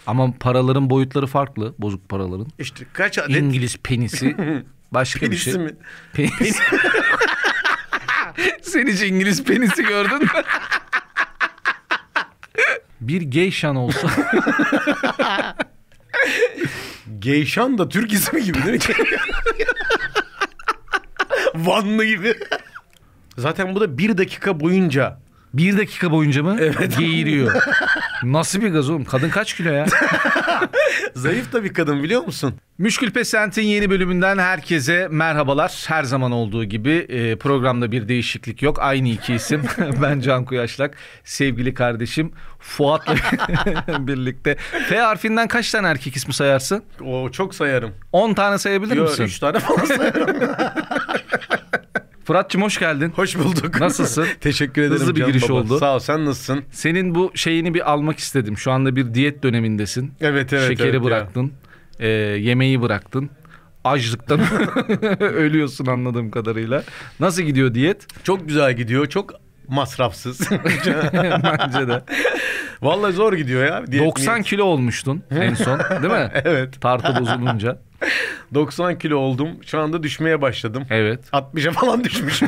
Ama paraların boyutları farklı. Bozuk paraların. İşte kaç adet? İngiliz penisi. Başka Penisi bir şey. mi? Penis. Sen hiç İngiliz penisi gördün mü? Bir geyşan olsa. Geyşan da Türk ismi gibi değil mi? Vanlı gibi. Zaten bu da 1 dakika boyunca. 1 dakika boyunca mı? Evet. Geğiriyor. Nasıl bir gaz oğlum? Kadın kaç kilo ya? Zayıf da bir kadın biliyor musun? Müşkül Pesent'in yeni bölümünden herkese merhabalar. Her zaman olduğu gibi programda bir değişiklik yok. Aynı iki isim. Ben Can Kuyaşlak. Sevgili kardeşim Fuat'la birlikte. F harfinden kaç tane erkek ismi sayarsın? O çok sayarım. 10 tane sayabilir misin? 3 tane falan sayarım. Fırat'cığım hoş geldin. Hoş bulduk. Nasılsın? Teşekkür ederim. Hızlı bir Can giriş baba. oldu. Sağ ol, sen nasılsın? Senin bu şeyini bir almak istedim. Şu anda bir diyet dönemindesin. Evet. Şekeri bıraktın. Yemeği bıraktın. Açlıktan ölüyorsun anladığım kadarıyla. Nasıl gidiyor diyet? Çok güzel gidiyor. Çok masrafsız. Bence de. Vallahi zor gidiyor ya. 90 kilo olmuştun en son değil mi? Evet. Tartı bozulunca. 90 kilo oldum. Şu anda düşmeye başladım. Evet. 60'a falan düşmüşüm.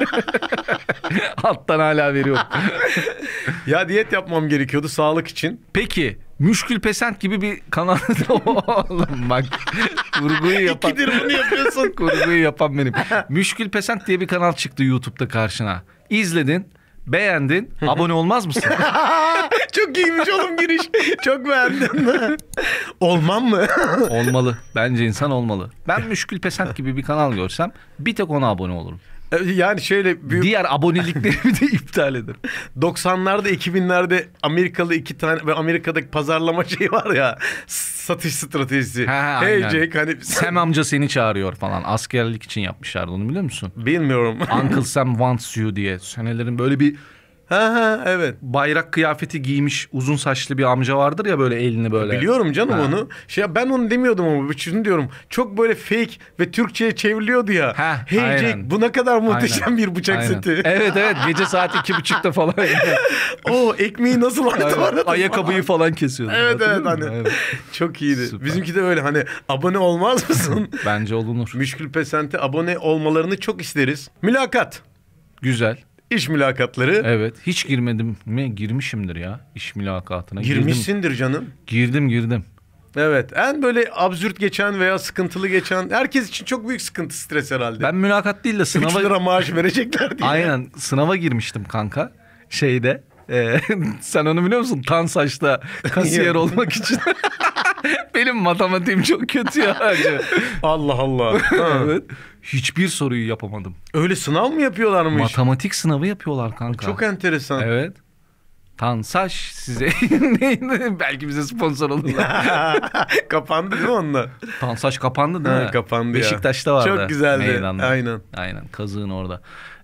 Alttan hala veriyor. Ya diyet yapmam gerekiyordu sağlık için. Peki Müşkül Pesent gibi bir kanal oğlum bak kurguyu yapan. İkidir bunu yapıyorsun. Kurguyu yapan benim. Müşkül Pesent diye bir kanal çıktı YouTube'da karşına. İzledin, beğendin, abone olmaz mısın? Çok iyiymiş oğlum giriş. Çok beğendim. Olmam mı? Olmalı. Bence insan olmalı. Ben Müşkül Pesent gibi bir kanal görsem bir tek ona abone olurum. Yani şöyle büyük... Diğer aboneliklerimi de iptal ederim. 90'larda 2000'lerde Amerikalı 2 tane ve Amerika'daki pazarlama şeyi var ya, satış stratejisi. Ha, Hey aynen. Jake hani Sam amca seni çağırıyor falan. Askerlik için yapmışlardı onu biliyor musun? bilmiyorum. Uncle Sam wants you diye. Senelerin böyle bir Ha evet. bayrak kıyafeti giymiş uzun saçlı bir amca vardır ya böyle elini böyle. Biliyorum canım Ha. onu. Ben onu demiyordum ama şunu diyorum. Çok böyle fake ve Türkçe'ye çevriliyordu ya. Ha, Hey aynen. Jake bu ne kadar muhteşem Aynen. bir bıçak Aynen. seti. Evet gece saat 2.30'da falan. O ekmeği nasıl Aynen. Ayakkabıyı falan kesiyordu. Evet Hatırlıyor hani. musun? Evet. Çok iyiydi. Süper. Bizimki de öyle hani abone olmaz mısın? Bence olunur. Müşkül Pesent'e abone olmalarını çok isteriz. Mülakat. Güzel. İş mülakatları. Evet. Hiç girmedim mi? Girmişimdir ya iş mülakatına. Girmişsindir canım. Girdim. Evet. En böyle absürt geçen veya sıkıntılı geçen, herkes için çok büyük sıkıntı, stres herhalde. Ben mülakat değil de 3 sınava... lira maaş verecekler diye. Aynen sınava girmiştim kanka. Şeyde. Sen onu biliyor musun? Tansaç'ta kasiyer olmak için. Benim matematiğim çok kötü ya. Allah Allah. Ha. Evet. Hiçbir soruyu yapamadım. Öyle sınav mı yapıyorlarmış? Matematik sınavı yapıyorlar kanka. Çok enteresan. Evet. Tansaç size belki bize sponsor olurlar. Kapandı değil mi onunla? Tansaç kapandı değil mi? Kapandı ya. Beşiktaş'ta vardı. Çok güzeldi. Meydanda. Aynen. Kazığın orada.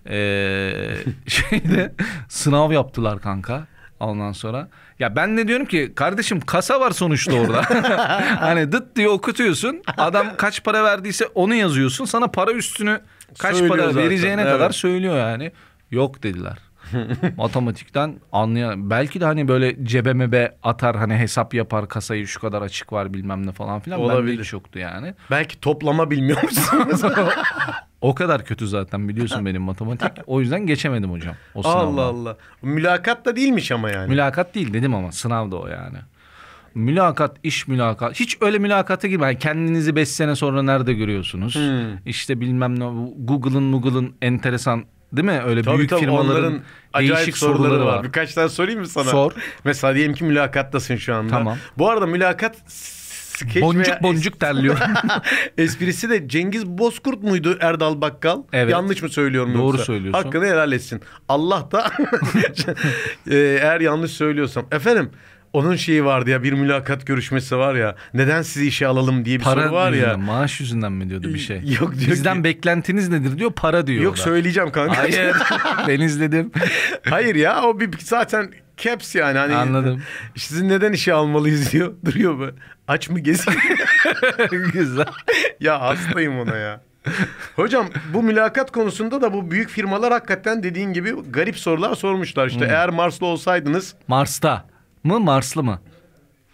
Şeyde sınav yaptılar kanka. Ondan sonra ya ben de diyorum ki kardeşim kasa var sonuçta orada. Hani dıt diye okutuyorsun. Adam kaç para verdiyse onu yazıyorsun. Sana para üstünü kaç Söylüyor para zaten, vereceğine evet. kadar söylüyor yani. Yok dediler. Matematikten anlayan belki de hani böyle cebeme atar hani hesap yapar kasayı şu kadar açık var bilmem ne falan filan. Olabilir. Bende hiç yoktu yani. Belki toplama bilmiyor musunuz? O kadar kötü zaten biliyorsun benim matematik. O yüzden geçemedim hocam o sınavdan. Allah Allah. Mülakat da değilmiş ama yani. Mülakat değil dedim ama sınav da o yani. Mülakat, iş mülakat. Hiç öyle mülakata girme. Yani kendinizi 5 sene sonra nerede görüyorsunuz? İşte bilmem ne Google'ın enteresan değil mi? Öyle Tabii, büyük firmaların onların acayip değişik soruları var. Birkaç tane sorayım mı sana? Sor. Mesela diyelim ki mülakattasın şu anda. Tamam. Bu arada mülakat skeç veya Boncuk terliyor. esprisi de Cengiz Bozkurt muydu, Erdal Bakkal? Evet. Yanlış mı söylüyorum Doğru yoksa? söylüyorsun. Hakkını helal etsin. Allah da eğer yanlış söylüyorsam. Efendim onun şeyi vardı ya, bir mülakat görüşmesi var ya. Neden sizi işe alalım diye bir Para soru var yüzünden, ya. maaş yüzünden mi diyordu bir şey? Yok diyor Bizden ki- beklentiniz nedir diyor, para diyor. Yok o da. söyleyeceğim kanka. Hayır. Ben izledim. Hayır ya, o bir zaten caps yani. Hani Anladım. Sizi neden işe almalıyız diyor. Duruyor böyle. Aç mı gezin? Güzel. Ya hastayım ona ya. Hocam bu mülakat konusunda da bu büyük firmalar hakikaten dediğin gibi garip sorular sormuşlar. İşte eğer Marslı olsaydınız. Mars'ta mı Marslı mı?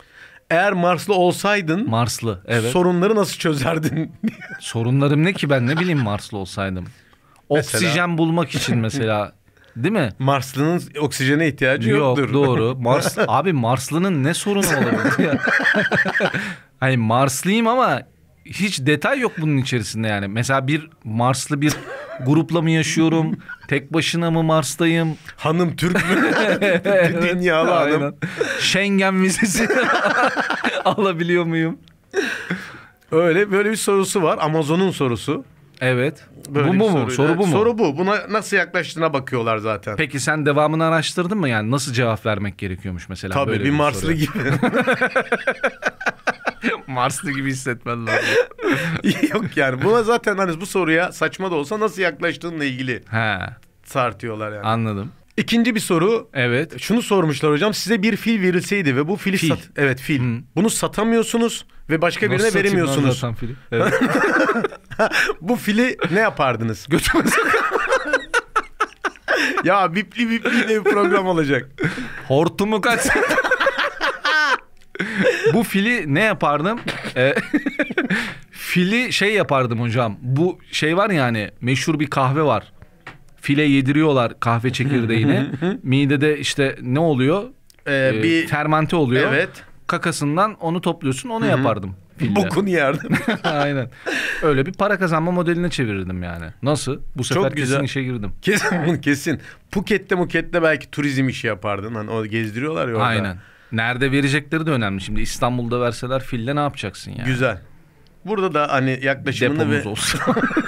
Eğer Marslı olsaydın Marslı. Evet. sorunları nasıl çözerdin? Sorunlarım ne ki, ben ne bileyim Marslı olsaydım. Mesela? Oksijen bulmak için mesela. Değil mi? Marslı'nın oksijene ihtiyacı yoktur. Yok, doğru. Abi Marslı'nın ne sorunu olabilir ya? Hani Marslıyım ama hiç detay yok bunun içerisinde yani. Mesela bir Marslı bir grupla mı yaşıyorum? Tek başına mı Mars'tayım? Hanım Türk mü? Dünyalı Aynen. hanım. Schengen vizesi alabiliyor muyum? Öyle böyle bir sorusu var. Amazon'un sorusu. Evet. Böyle Bu bir mu? soruyla- Soru bu mu? Soru bu. Buna nasıl yaklaştığına bakıyorlar zaten. Peki sen devamını araştırdın mı? Yani nasıl cevap vermek gerekiyormuş mesela? Tabii böyle bir Marslı soruya? gibi. Marslı gibi hissetmen lazım. Yok yani. Buna zaten hani bu soruya saçma da olsa nasıl yaklaştığınla ilgili He, tartıyorlar yani. anladım. İkinci bir soru. Evet. Şunu sormuşlar hocam. Size bir fil verilseydi ve bu fili Fil. evet fil. Hı. Bunu satamıyorsunuz ve başka birine Nasıl satayım lan veremiyorsunuz. zaten fili? Evet. Bu fili ne yapardınız? Götüme Ya bipli de bir program olacak. Hortumu kaç. Bu fili ne yapardım? Fili şey yapardım hocam. Bu şey var ya, hani meşhur bir kahve var. File yediriyorlar kahve çekirdeğini. Midede işte ne oluyor? Bir Fermente oluyor. evet. Kakasından onu topluyorsun, onu yapardım. Fille. Bokunu yerdim. Aynen. Öyle bir para kazanma modeline çevirirdim yani. Nasıl? Bu sefer Çok güzel. kesin işe girdim. Kesin. Phuket'te belki turizm işi yapardın. Hani o gezdiriyorlar ya orada. Aynen. Nerede verecekleri de önemli. Şimdi İstanbul'da verseler fille ne yapacaksın yani? Güzel. Burada da hani yaklaşımını Depomuz ve olsun.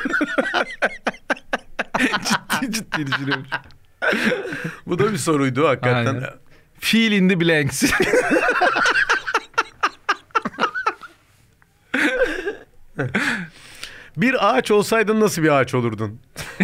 ciddi düşünüyorum. bu da bir soruydu hakikaten. Aynen. Fill in the blanks. Bir ağaç olsaydın nasıl bir ağaç olurdun?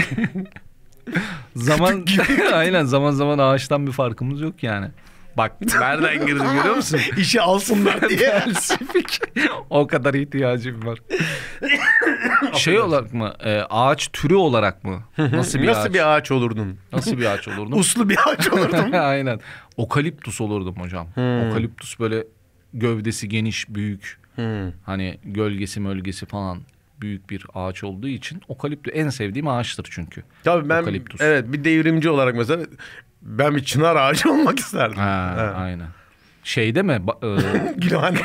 Zaman aynen, zaman zaman ağaçtan bir farkımız yok yani. Bak nereden girdim, görüyor musun? İşi alsınlar diye. Felsefik. O kadar ihtiyacım var. Şey olarak mı? Ağaç türü olarak mı? Nasıl bir Nasıl ağaç? bir ağaç olurdun? Nasıl bir ağaç olurdum? Uslu bir ağaç olurdum. Aynen. Okaliptus olurdum hocam. Okaliptus böyle gövdesi geniş, büyük. Hani gölgesi falan büyük bir ağaç olduğu için okaliptüs en sevdiğim ağaçtır çünkü. Tabii ben Okaliptus. evet bir devrimci olarak mesela ben bir çınar ağacı olmak isterdim. Ha, aynen. Şeyde mi? Gülhane.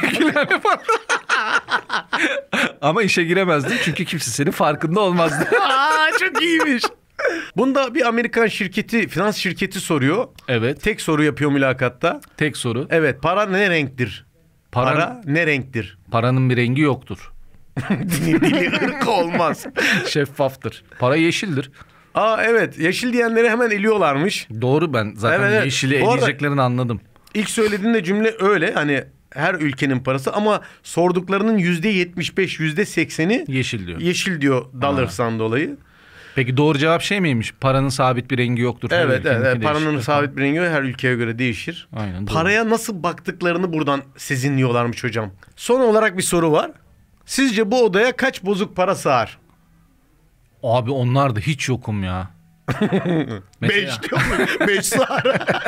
Ama işe giremezdim çünkü kimse senin farkında olmazdı. Aa, çok iyiymiş. Bunda bir Amerikan şirketi, finans şirketi soruyor. Evet. Tek soru yapıyor mülakatta. Tek soru. Evet, para ne renktir? Para ne renktir? Paranın bir rengi yoktur. Dili ırk olmaz. Şeffaftır. Para yeşildir. Aa evet, yeşil diyenleri hemen eliyorlarmış. Doğru, ben zaten Evet. yeşili Bu arada- eleyeceklerini anladım. İlk söylediğinde cümle öyle hani her ülkenin parası ama sorduklarının %75, %80'i Yeşil diyor. yeşil diyor Dollars'tan dolayı. Peki doğru cevap şey miymiş? Paranın sabit bir rengi yoktur. Her Evet, ülkeninki evet. Paranın değişir. sabit bir rengi var, her ülkeye göre değişir. Aynen, doğru. Paraya nasıl baktıklarını buradan sezinliyorlarmış hocam. Son olarak bir soru var. Sizce bu odaya kaç bozuk para sığar? Abi onlar da hiç yokum ya. 5 diyor mu? 5 sığar.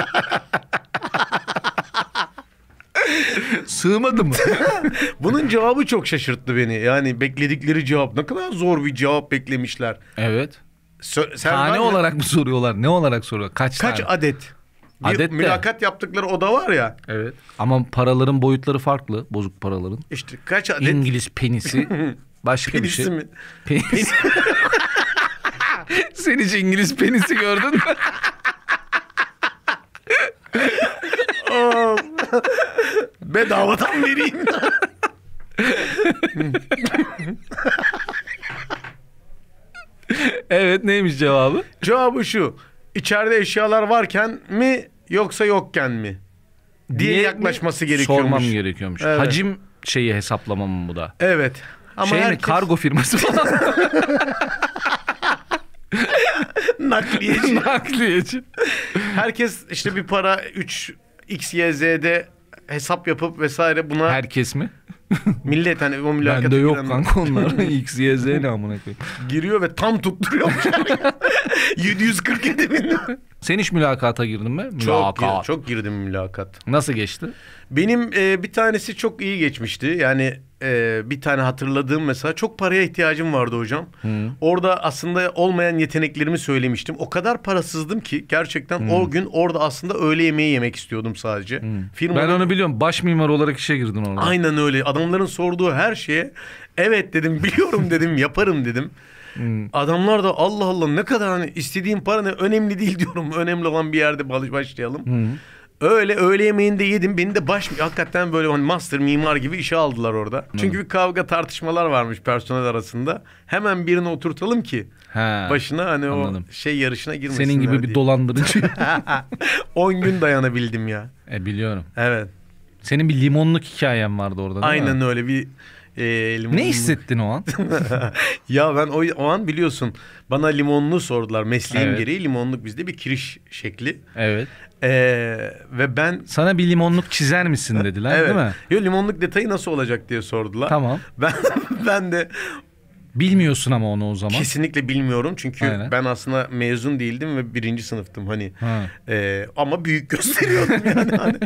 Sığmadı mı? Bunun cevabı çok şaşırttı beni. Yani bekledikleri cevap. Ne kadar zor bir cevap beklemişler. Evet. Sen Tane var mı? olarak mı soruyorlar? Ne olarak soruyorlar? Kaç Kaç tane? adet? Bir Adet de. mülakat yaptıkları oda var ya. Evet. Ama paraların boyutları farklı. Bozuk paraların. İşte kaç adet? İngiliz penisi. Başka bir Penisi şey. mi? Penis. Sen hiç İngiliz penisi gördün mü? Bedavadan vereyim. Evet, neymiş cevabı? Cevabı şu. İçeride eşyalar varken mi yoksa yokken mi? Diye yaklaşması gerekiyormuş. Sormam gerekiyormuş. Evet. Hacim şeyi hesaplamam mı bu da? Evet. Ama Şey mi, herkes kargo firması falan? nakliyeci. Nakliyeci. Herkes işte bir para 3 XYZ'de hesap yapıp vesaire buna Herkes mi? Millet hani o mülakata Bende yok giren- kanka onlar. X, Y, Z ne amına koyayım. giriyor ve tam tutturuyormuş. 747 bin. Sen hiç mülakata girdin mi? Çok girdim mülakat. Nasıl geçti? Benim bir tanesi çok iyi geçmişti. Yani bir tane hatırladığım mesela çok paraya ihtiyacım vardı hocam. Orada aslında olmayan yeteneklerimi söylemiştim. O kadar parasızdım ki gerçekten o gün orada aslında öğle yemeği yemek istiyordum sadece. Ben onu biliyorum. Baş mimar olarak işe girdin orada. Aynen öyle. Adamların sorduğu her şeye evet dedim, biliyorum dedim, yaparım dedim. Adamlar da Allah Allah ne kadar hani istediğim para ne önemli değil diyorum. Önemli olan bir yerde başlayalım. Öyle öğle yemeğinde yedim. Beni de hakikaten böyle hani master mimar gibi işe aldılar orada. Çünkü bir kavga tartışmalar varmış personel arasında. Hemen birini oturtalım ki başına hani anladım. o şey yarışına girmesinler Senin gibi bir diye. dolandırıcı. 10 gün dayanabildim ya. Biliyorum. Evet. Senin bir limonluk hikayen vardı orada değil Aynen mi? öyle bir limonlu. Ne hissettin o an? Ya ben o an biliyorsun bana limonlu sordular. Mesleğim Evet. gereği limonluk bizde bir kiriş şekli. Evet. Ve ben Sana bir limonluk çizer misin dediler evet. değil mi? Yo, limonluk detayı nasıl olacak diye sordular. Tamam. Ben de Bilmiyorsun ama onu o zaman. kesinlikle bilmiyorum. Çünkü Aynen. ben aslında mezun değildim ve 1. sınıftım hani. Ha. Ama büyük gösteriyordum yani hani.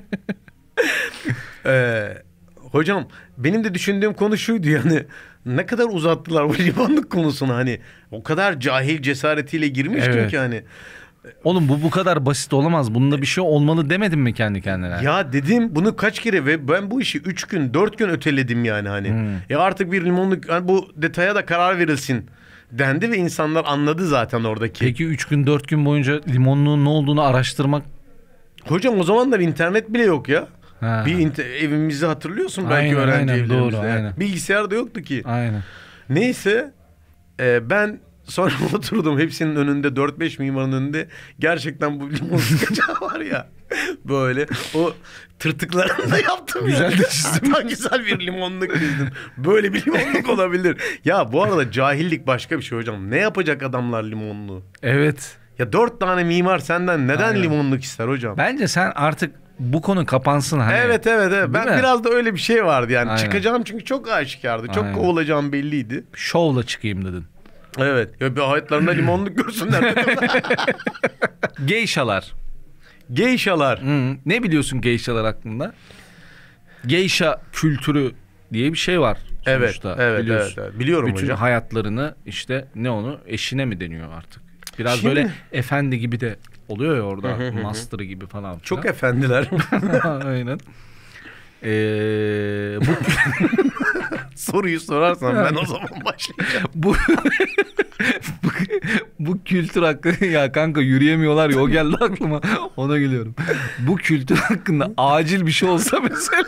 Hocam benim de düşündüğüm konu şuydu yani. Ne kadar uzattılar bu limonluk konusunu hani. O kadar cahil cesaretiyle girmiştim Evet. ki hani. Oğlum bu kadar basit olamaz. Bunda bir şey olmalı demedin mi kendi kendine? Ya dedim bunu kaç kere ve ben bu işi 3 gün 4 gün öteledim yani hani. Artık bir limonluk yani bu detaya da karar verilsin dendi ve insanlar anladı zaten oradaki. Peki 3 gün 4 gün boyunca limonluğun ne olduğunu araştırmak... Hocam o zamanlar internet bile yok ya. Ha. Evimizi hatırlıyorsun belki Aynen, öğrenci aynen, evlerimizde. doğru, aynen. Bilgisayar da yoktu ki. Aynen. Neyse ben sonra oturdum hepsinin önünde 4-5 mimarın önünde gerçekten bu limon sıkacağı var ya böyle o tırtıklarını da yaptım Güzel ya. de çizdim. Hatta güzel bir limonluk çizdim. Böyle bir limonluk olabilir. Ya bu arada cahillik başka bir şey hocam. Ne yapacak adamlar limonluğu? Evet. Ya 4 tane mimar senden neden Aynen. limonluk ister hocam? Bence sen artık bu konu kapansın hani. Evet. Ben Değil mi? biraz da öyle bir şey vardı yani. Aynen. Çıkacağım çünkü çok aşikardı. Çok Aynen. kovulacağım belliydi. Şovla çıkayım dedin. Evet. Ya bir hayatlarında limonluk görsünler dedim. Geyşalar. Geyşalar. Ne biliyorsun geyşalar hakkında? Geyşa kültürü diye bir şey var Evet, sonuçta. evet. Biliyorsun. Biliyorum Bütün hocam. hayatlarını işte ne onu eşine mi deniyor artık? Biraz Şimdi- böyle efendi gibi de oluyor ya orada. Master gibi falan. Çok filan. efendiler. Aynen. Bu Soruyu sorarsan ben o zaman başlayacağım. bu bu, bu kültür hakkında ya kanka yürüyemiyorlar ya o geldi aklıma ona gülüyorum. Bu kültür hakkında acil bir şey olsa mesela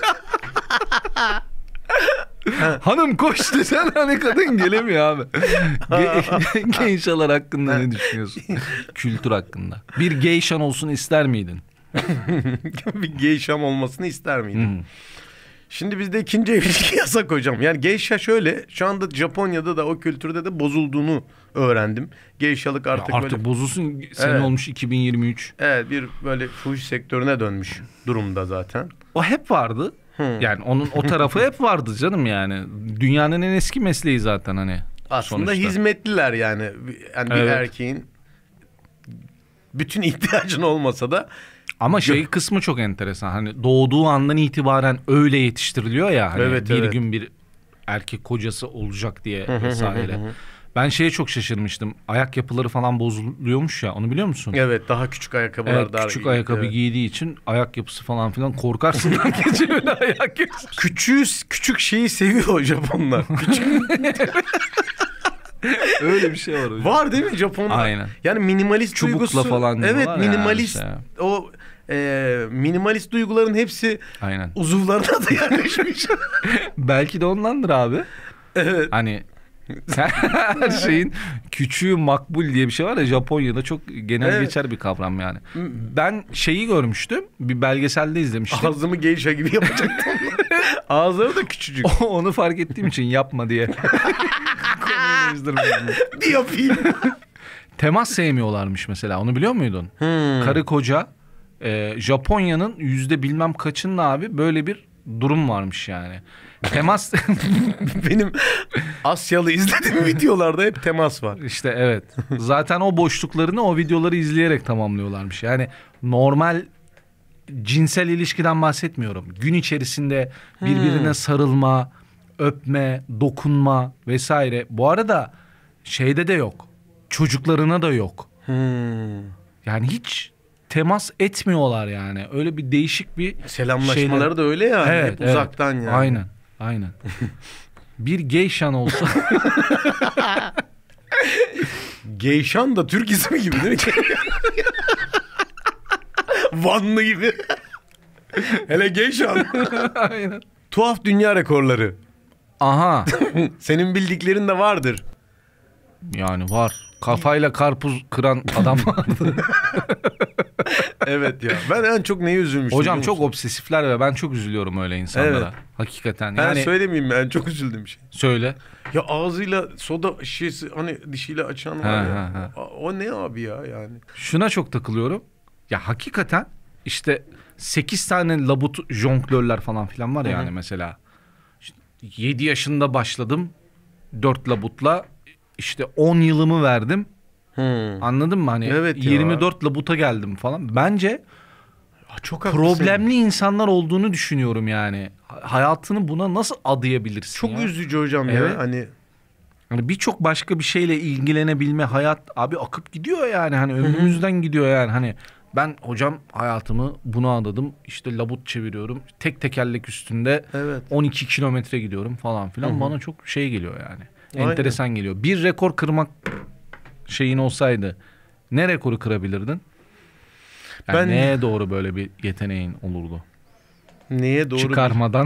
hanım koş desen hani kadın gelemiyor abi. Geyşalar hakkında ne düşünüyorsun? Kültür hakkında. Bir geyşan olsun ister miydin? Bir geyşam olmasını ister miydim? Şimdi bizde ikinci evlilik yasak hocam. Yani geyşa şöyle şu anda Japonya'da da o kültürde de bozulduğunu öğrendim. Geyşalık artık, Artık böyle bozulsun sene Evet. olmuş 2023. evet, bir böyle fuhuş sektörüne dönmüş durumda zaten. O hep vardı. Yani onun o tarafı hep vardı canım yani. Dünyanın en eski mesleği zaten hani. Aslında sonuçta. hizmetliler yani. Yani bir Evet. erkeğin bütün ihtiyacın olmasa da Ama şey kısmı çok enteresan. Hani doğduğu andan itibaren öyle yetiştiriliyor ya. Hani Evet, bir evet. gün bir erkek kocası olacak diye vesaire. Ben şeye çok şaşırmıştım. Ayak yapıları falan bozuluyormuş ya. Onu biliyor musun? evet daha küçük ayakkabılar Evet, daha küçük iyi. ayakkabı Evet. giydiği için ayak yapısı falan filan korkarsın. Gece öyle ayak yapısı. Küçük şeyi seviyor o Japonlar. Küçük Öyle bir şey var hocam. var değil mi Japonlar? Aynen. Yani minimalist Çubukla duygusu. falan Evet, diyorlar ya minimalist işte. o minimalist duyguların hepsi Aynen. uzuvlarına da yerleşmiş. Belki de ondandır abi. Evet. Hani her şeyin küçüğü makbul diye bir şey var ya Japonya'da çok genel Evet. geçer bir kavram yani. Ben şeyi görmüştüm. Bir belgeselde izlemiştim. Ağzımı geyşa gibi yapacaktım. Ağızları da küçücük. Onu fark ettiğim için yapma diye. Konuyu değiştirmedim. Bir yapayım. Temas sevmiyorlarmış mesela. Onu biliyor muydun? Karı koca Japonya'nın yüzde bilmem kaçının abi böyle bir durum varmış yani. Temas Benim Asyalı izlediğim videolarda hep temas var. işte evet. Zaten o boşluklarını o videoları izleyerek tamamlıyorlarmış. Yani normal cinsel ilişkiden bahsetmiyorum. Gün içerisinde birbirine sarılma, öpme, dokunma vesaire. Bu arada şeyde de yok. Çocuklarına da yok. Yani hiç temas etmiyorlar yani. Öyle bir değişik bir Selamlaşmaları şeyler. da öyle ya. Evet, hep evet. uzaktan yani. Aynen. Bir geyşan olsa. Geyşan da Türk ismi gibi değil mi? Vanlı gibi. Hele Geyşan. Aynen. Tuhaf dünya rekorları. Aha. Senin bildiklerin de vardır. Yani var. Kafayla karpuz kıran adam vardı. Evet ya. Ben en çok neye üzülmüştüm? Hocam biliyor çok musun? obsesifler ve ben çok üzülüyorum öyle insanlara. Evet. Hakikaten. Ben Yani söylemeyeyim mi? En çok üzüldüğüm şey. söyle. Ya ağzıyla soda şişesi hani dişiyle açan var ya. Ha. O ne abi ya yani? Şuna çok takılıyorum. Ya hakikaten işte 8 tane labut jonglörler falan filan var yani mesela. İşte 7 yaşında başladım. 4 labutla işte 10 yılımı verdim. Anladın mı? Hani Evet ya. 24 labuta geldim falan. Bence Ya çok haklısın. problemli insanlar olduğunu düşünüyorum yani. Hayatını buna nasıl adayabilirsin Çok ya? üzücü hocam Evet. ya. Hani Hani birçok başka bir şeyle ilgilenebilme hayat abi akıp gidiyor yani. Hani ömrümüzden gidiyor yani. Hani ben hocam hayatımı buna adadım. İşte labut çeviriyorum. Tek tekerlek üstünde evet. 12 kilometre gidiyorum falan filan. Bana çok şey geliyor yani. Aynen. Enteresan geliyor. Bir rekor kırmak şeyin olsaydı ne rekoru kırabilirdin? Yani Ben- neye doğru böyle bir yeteneğin olurdu? Neye doğru? Çıkarmadan.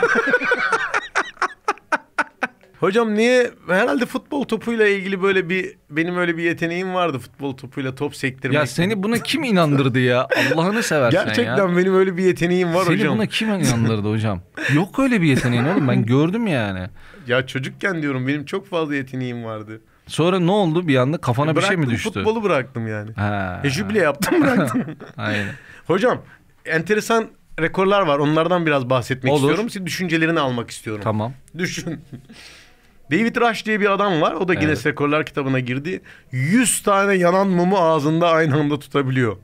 Hocam niye? Herhalde futbol topuyla ilgili böyle benim öyle bir yeteneğim vardı, futbol topuyla top sektirmek. Ya seni buna kim inandırdı ya? Allah'ını seversen ya. Gerçekten benim öyle bir yeteneğim var Seni hocam. buna kim inandırdı hocam? Yok öyle bir yeteneğin oğlum, ben gördüm yani. Ya çocukken diyorum benim çok fazla yeteneğim vardı. Sonra ne oldu bir anda, kafana bir şey mi Bıraktım, düştü? futbolu bıraktım yani. Ha. Jübile yaptım bıraktım. Aynen. Hocam enteresan rekorlar var, onlardan biraz bahsetmek Olur. istiyorum. Senin düşüncelerini almak istiyorum. Tamam. Düşün. David Rush diye bir adam var. O da Guinness Rekorlar kitabına girdi. 100 tane yanan mumu ağzında aynı anda tutabiliyor.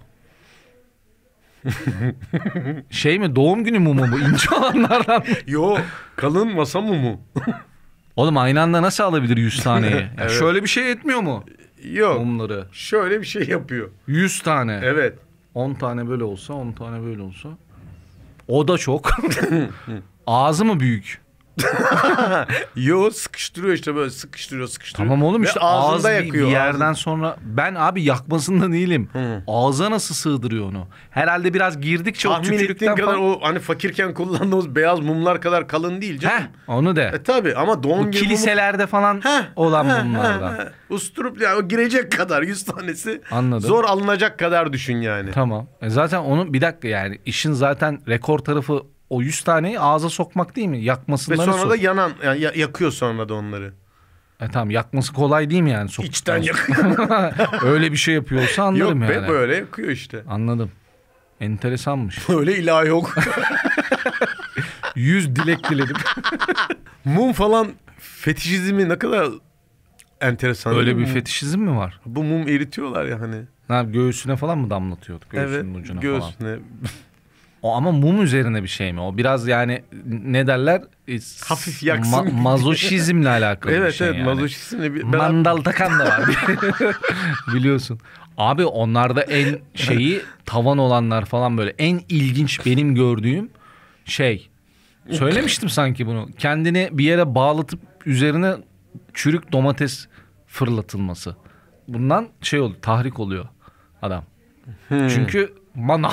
Şey mi, doğum günü mumu bu ince olanlardan? Yo, kalın masa mumu. Oğlum aynı anda nasıl alabilir 100 taneyi? Ya Evet. şöyle bir şey etmiyor mu Yok. mumları? Şöyle bir şey yapıyor. 100 tane. Evet. 10 tane böyle olsa, 10 tane böyle olsa. O da çok. Ağzı mı büyük? Yo, sıkıştırıyor işte, böyle sıkıştırıyor. Tamam oğlum, Ve işte ağzında ağız yakıyor. bir yerden ağzında. sonra ben abi yakmasında değilim. Hı. Ağza nasıl sığdırıyor onu? Herhalde biraz girdikçe o Tahmin ettiğin tükürükten kadar falan. o hani fakirken kullandığımız beyaz mumlar kadar kalın değil canım. Heh, onu de. Tabii ama doğum Bu günü kiliselerde falan olan mumlardan. Usturup ya, o girecek kadar 100 tanesi. Anladım. Zor alınacak kadar düşün yani. Tamam. Zaten onu bir dakika, yani işin zaten rekor tarafı o 100 taneyi ağza sokmak değil mi? Ve Yakmasından sonra sok. da yanan, yani yakıyor sonra da onları. Tamam, yakması kolay değil mi yani? İçten yakıyor. Öyle bir şey yapıyorsa Yok anlarım be, yani. böyle yakıyor işte. Anladım. Enteresanmış. Öyle ilah yok. 100 dilek diledim. Mum falan fetişizmi ne kadar enteresan. Öyle değil bir mi? fetişizm mi var? Bu mum eritiyorlar ya hani. Ha, göğsüne falan mı damlatıyorduk? Göğsünün Evet, ucuna falan. göğsüne. O ama mum üzerine bir şey mi? O biraz yani ne derler? Hafif yaksın. Mazoşizmle alakalı bir Evet şey evet, yani. mazoşizmle bir Mandal takan da var. Biliyorsun. Abi onlarda en şeyi tavan olanlar falan, böyle en ilginç benim gördüğüm şey. Söylemiştim sanki bunu. Kendini bir yere bağlatıp üzerine çürük domates fırlatılması. Bundan şey oluyor, tahrik oluyor adam. Çünkü manav.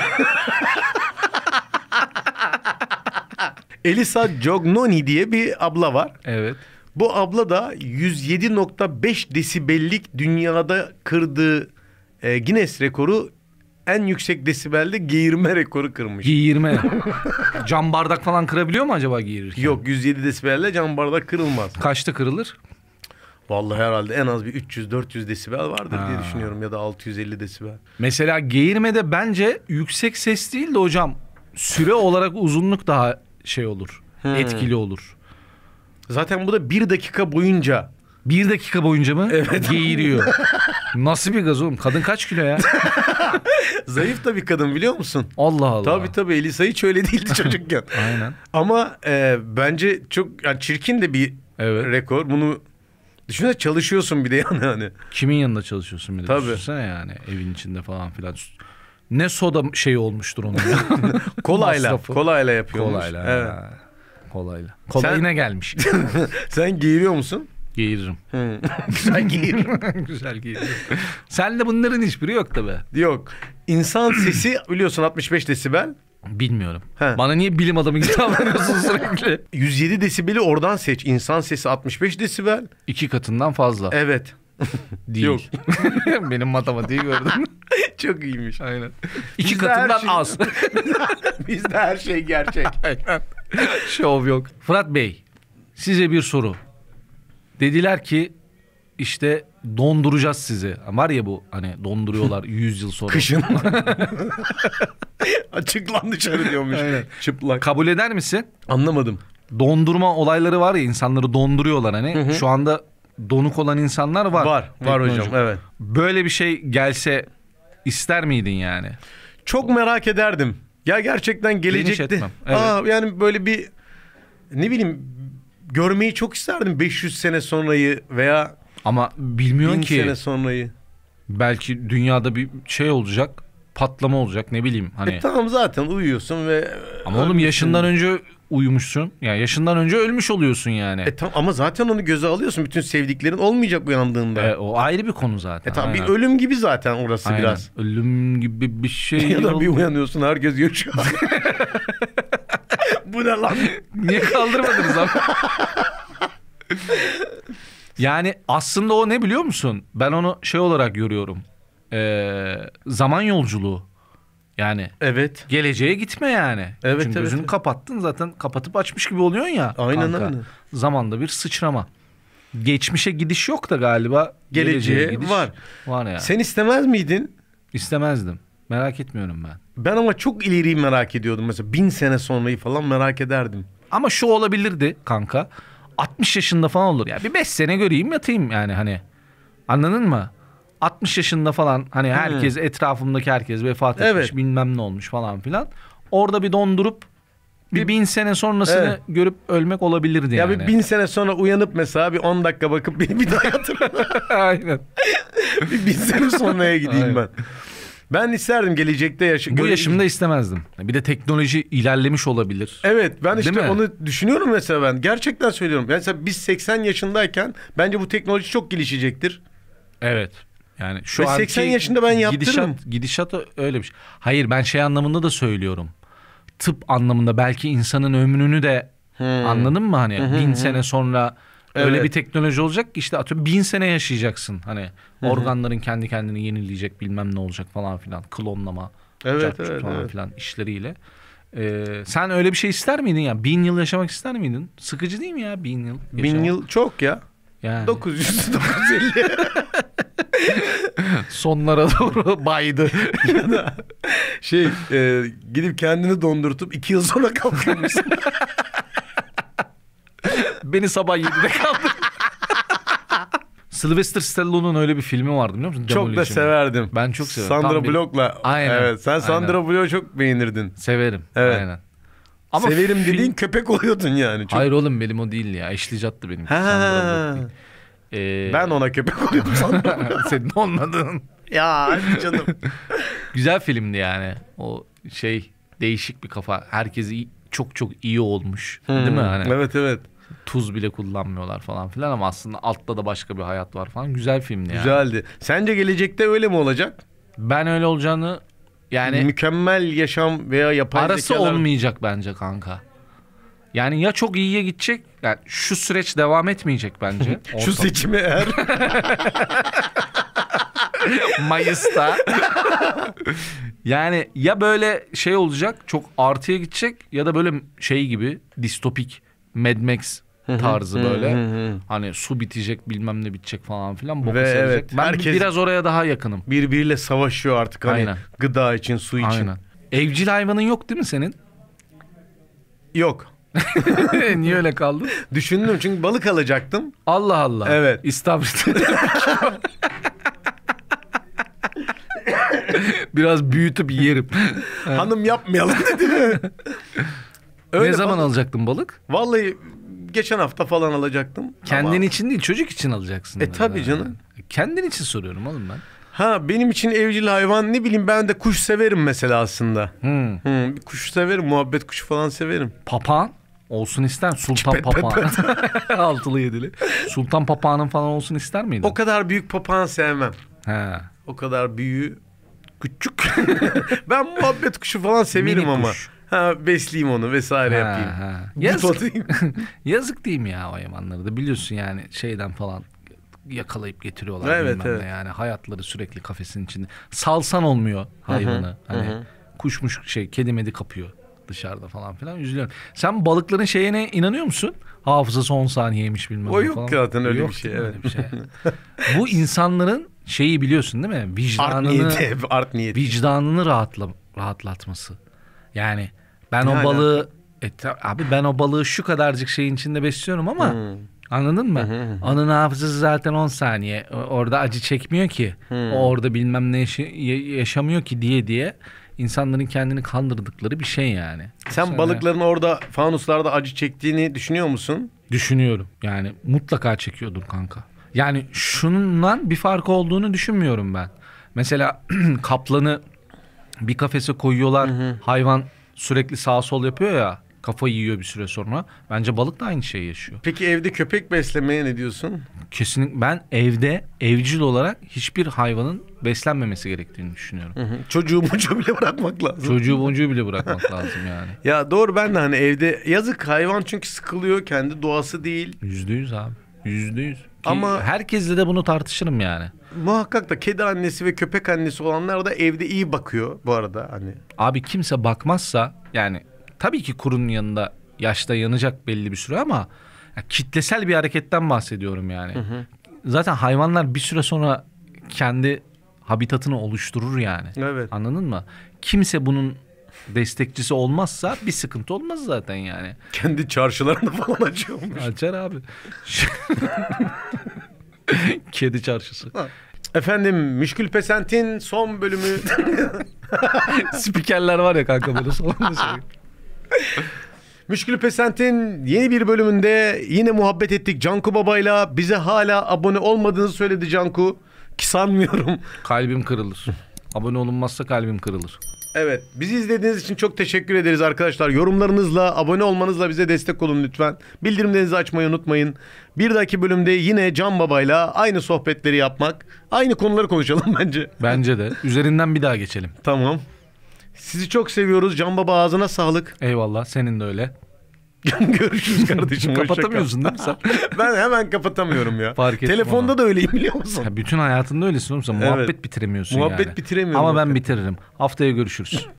Elisa Jognoni diye bir abla var. Evet. Bu abla da 107.5 desibellik dünyada kırdığı Guinness rekoru, en yüksek desibelde geğirme rekoru kırmış. Giyirme. Cam bardak falan kırabiliyor mu acaba giyirirken? Yok, 107 desibelde cam bardak kırılmaz. Kaçta kırılır? Vallahi herhalde en az bir 300-400 desibel vardır diye Ha. düşünüyorum, ya da 650 desibel. Mesela geğirmede bence yüksek ses değil de hocam süre olarak uzunluk daha şey olur. Etkili olur. Zaten bu da 1 dakika boyunca. 1 dakika boyunca mı? Evet. Geğiriyor. Nasıl bir gaz oğlum? Kadın kaç kilo ya? Zayıf da bir kadın biliyor musun? Allah Allah. Tabii Elisa hiç öyle değildi çocukken. Aynen. Ama bence çok yani çirkin de bir Evet. rekor. Bunu düşünsene, çalışıyorsun bir de yani hani. Kimin yanında çalışıyorsun bir de? Tabii. Düşünsene yani evin içinde falan filan. Ne soda şeyi olmuştur onun. Kolayla Masrafı. yapıyormuş. Kolayla. Evet. Ha. Kolayla. Kolayına gelmiş. Sen geğiriyor musun? Geğiririm. Güzel geğir. Güzel geğiririm. Sende bunların hiçbiri yok tabi. Yok. İnsan sesi biliyorsun 65 desibel. Bilmiyorum. He. Bana niye bilim adamı gibi davranıyorsun sürekli? 107 desibeli oradan seç. İnsan sesi 65 desibel. 2 katından fazla. Evet. Değil. Yok. Benim matematiği gördün. Çok iyiymiş. Aynen. 2 Bizde her katından şey- az. Bizde her şey gerçek. Aynen. Şov yok. Fırat Bey, size bir soru. Dediler ki işte donduracağız sizi. Var ya bu hani donduruyorlar 100 yıl sonra. Kışın. Açıklan dışarı diyormuş. Aynen. Çıplak. Kabul eder misin? Anlamadım. Dondurma olayları var ya, insanları donduruyorlar hani. Şu anda donuk olan insanlar var. Var Teknoloji. hocam, evet. Böyle bir şey gelse ister miydin yani? Çok merak ederdim. Ya gerçekten gelecekte. etmem, evet. Yani böyle bir ne bileyim görmeyi çok isterdim 500 sene sonrayı veya Ama bilmiyorsun 1000 ki sene sonrayı. belki dünyada bir şey olacak, patlama olacak, ne bileyim hani. Tamam zaten uyuyorsun ve Ama oğlum ölmüşsün. yaşından önce uyumuşsun. Yani yaşından önce ölmüş oluyorsun yani. Tamam ama zaten onu göze alıyorsun. Bütün sevdiklerin olmayacak uyandığında. O ayrı bir konu zaten. Tamam bir Aynen. ölüm gibi zaten orası Aynen. biraz. Ölüm gibi bir şey. Ya da bir oldu. uyanıyorsun herkes yaşıyor. Bu ne lan? Niye kaldırmadınız abi? Yani aslında o ne biliyor musun? Ben onu şey olarak görüyorum. Zaman yolculuğu. Yani Evet. geleceğe gitme yani. Evet, Çünkü evet, gözünü evet. kapattın zaten, kapatıp açmış gibi oluyorsun ya. Aynen kanka. öyle. Zamanda bir sıçrama. Geçmişe gidiş yok da galiba. Geleceğe gidiş var. Var ya. Sen istemez miydin? İstemezdim. Merak etmiyorum ben. Ben ama çok ileriyi merak ediyordum. Mesela 1000 sene sonrayı falan merak ederdim. Ama şu olabilirdi kanka. 60 yaşında falan olur. Ya bir 5 sene göreyim yatayım yani hani. Anladın mı? 60 yaşında falan hani herkes, etrafımdaki herkes vefat etmiş, Evet. bilmem ne olmuş falan filan. Orada bir dondurup bir 1000 sene sonrasını Evet. görüp ölmek olabilirdi Ya yani. bir 1000 sene sonra uyanıp mesela bir 10 dakika bakıp beni bir daha yatırın. Aynen. Bir 1000 sene sonraya gideyim Aynen. ben. Ben isterdim gelecekte Bu yaşımda istemezdim. Bir de teknoloji ilerlemiş olabilir. Evet ben Değil işte mi? onu düşünüyorum mesela ben. Gerçekten söylüyorum. Mesela biz 80 yaşındayken bence bu teknoloji çok gelişecektir. Evet. Yani şu Ve anki 80 yaşında ben yaptırırım. Gidişat öyle bir şey. Hayır, ben şey anlamında da söylüyorum. Tıp anlamında belki insanın ömrünü de anladın mı hani 1000 sene sonra öyle Evet. bir teknoloji olacak ki işte atıyorum 1000 sene yaşayacaksın. Hani organların kendi kendini yenileyecek, bilmem ne olacak falan filan, klonlama, Evet, cart curt evet, falan evet. filan işleriyle. Sen öyle bir şey ister miydin ya? 1000 yıl yaşamak ister miydin? Sıkıcı değil mi ya 1000 yıl? 1000 yaşamak? yıl çok ya. Yani 900 950 sonlara doğru baydı. ya da gidip kendini dondurtup 2 yıl sonra kalkıyormuşsun. Beni sabah 7'de kaldır. Sylvester Stallone'un öyle bir filmi vardı biliyor musun? Çok da Demolition. severdim. Ben çok severim. Sandra Tam bir- Bullock'la. Aynen, Evet, sen Sandra aynen. Bullock'u çok beğenirdin. Severim. Evet. Aynen. Severim film- dediğin köpek oluyordun yani. Çok... Hayır oğlum, benim o değil ya. Ashley Judd'tı benim. Ha. Sandra Bullock değil. Ben ona köpek oluyordum Sandra. Senin olmadığın. Ya hadi canım. Güzel filmdi yani. O şey, değişik bir kafa. Herkes çok çok iyi olmuş. Değil mi? Hani Evet evet. tuz bile kullanmıyorlar falan filan ama aslında altta da başka bir hayat var falan. Güzel filmdi yani. Güzeldi. Sence gelecekte öyle mi olacak? Ben öyle olacağını yani Mükemmel yaşam veya yapay arası zekalar... olmayacak bence kanka. Yani ya çok iyiye gidecek. Yani şu süreç devam etmeyecek bence. Şu seçimi eğer... Mayıs'ta. Yani ya böyle şey olacak, çok artıya gidecek ya da böyle şey gibi distopik Mad Max tarzı böyle. Hani su bitecek, bilmem ne bitecek falan filan. Boka Ve saracak. evet, Ben herkes- biraz oraya daha yakınım. Birbiriyle savaşıyor artık hani Aynen. gıda için, su için. Aynen. Evcil hayvanın yok değil mi senin? Yok. Niye öyle kaldın? Düşündüm çünkü balık alacaktım. Allah Allah. Evet. İstavrit. Biraz büyütüp yerim. Hanım yapmayalım dedi. Ne zaman alacaktın balık? Vallahi geçen hafta falan alacaktım. Kendin ama... için değil, çocuk için alacaksın. Tabii canım. Kendin için soruyorum oğlum ben. Ha, benim için evcil hayvan, ne bileyim, ben de kuş severim mesela aslında. Bir kuş severim, muhabbet kuşu falan severim. Papağan olsun ister misin? Sultan papağan. Altılı yedili. Sultan papağanın falan olsun ister miydin? O kadar büyük papağan sevmem. He. O kadar büyüğü küçük. Ben muhabbet kuşu falan severim Minik ama. kuş. Ha, besleyeyim onu vesaire yapayım. Yazık. Yazık değil mi ya o hayvanları da, biliyorsun yani şeyden falan yakalayıp getiriyorlar. Evet, evet. Yani hayatları sürekli kafesin içinde. Salsan olmuyor hayvanı. Hani kuşmuş kedi medi kapıyor dışarıda falan filan, üzülüyorum. Sen balıkların şeyine inanıyor musun? Hafızası 10 saniyeymiş bilmem o ne yok falan. zaten öyle Yok bir şey. değil mi Evet. öyle bir şey? Bu insanların şeyi biliyorsun değil mi? Vicdanını, Art niyeti. vicdanını rahatlatması. Yani ben Ne o alaka? balığı abi ben o balığı şu kadarcık şeyin içinde besliyorum ama anladın mı? Onun hafızası zaten 10 saniye. Orada acı çekmiyor ki. O orada bilmem ne yaşamıyor ki diye insanların kendini kandırdıkları bir şey yani. Sen balıkların orada fanuslarda acı çektiğini düşünüyor musun? Düşünüyorum. Yani mutlaka çekiyordur kanka. Yani şununla bir fark olduğunu düşünmüyorum ben. Mesela kaplanı bir kafese koyuyorlar. Hayvan sürekli sağ sol yapıyor ya. Kafayı yiyor bir süre sonra. Bence balık da aynı şeyi yaşıyor. Peki evde köpek beslemeye ne diyorsun? Kesinlikle ben evde evcil olarak hiçbir hayvanın beslenmemesi gerektiğini düşünüyorum. Çocuğu bile bırakmak lazım. Çocuğu boncuğu bile bırakmak lazım yani. Ya doğru, ben de hani evde yazık, hayvan çünkü sıkılıyor, kendi doğası değil. %100 abi. %100. Ama herkesle de bunu tartışırım yani. Muhakkak da kedi annesi ve köpek annesi olanlar da evde iyi bakıyor bu arada hani. Abi kimse bakmazsa yani tabii ki kurunun yanında yaşta yanacak belli bir süre ama ya kitlesel bir hareketten bahsediyorum yani. Zaten hayvanlar bir süre sonra kendi habitatını oluşturur yani. Evet. Anladın mı? Kimse bunun destekçisi olmazsa bir sıkıntı olmaz zaten yani. Kendi çarşılarını falan açıyormuş. Açar abi. Kedi çarşısı. Efendim, Müşkül Pesent'in son bölümü. Spikerler var ya kanka böyle salonda şey. Müşkül Pesent'in yeni bir bölümünde yine muhabbet ettik Canku Baba'yla. Bize hala abone olmadığını söyledi Canku. Ki sanmıyorum. Kalbim kırılır. Abone olunmazsa kalbim kırılır. Evet, bizi izlediğiniz için çok teşekkür ederiz arkadaşlar. Yorumlarınızla, abone olmanızla bize destek olun lütfen. Bildirimlerinizi açmayı unutmayın. Bir dahaki bölümde yine Can Baba'yla aynı sohbetleri yapmak, aynı konuları konuşalım bence. Bence de. Üzerinden bir daha geçelim. Tamam. Sizi çok seviyoruz. Can Baba, ağzına sağlık. Eyvallah. Senin de öyle. Görüşürüz kardeşim. hoşça kal. Kapatamıyorsun değil mi sen? Ben hemen kapatamıyorum ya. Fark ettim Telefonda ama. da öyleyim, biliyor musun? Ya bütün hayatında öylesin oğlum sen. Muhabbet bitiremiyorsun Muhabbet yani. bitiremiyorum. Ama ben bitiririm. Haftaya görüşürüz.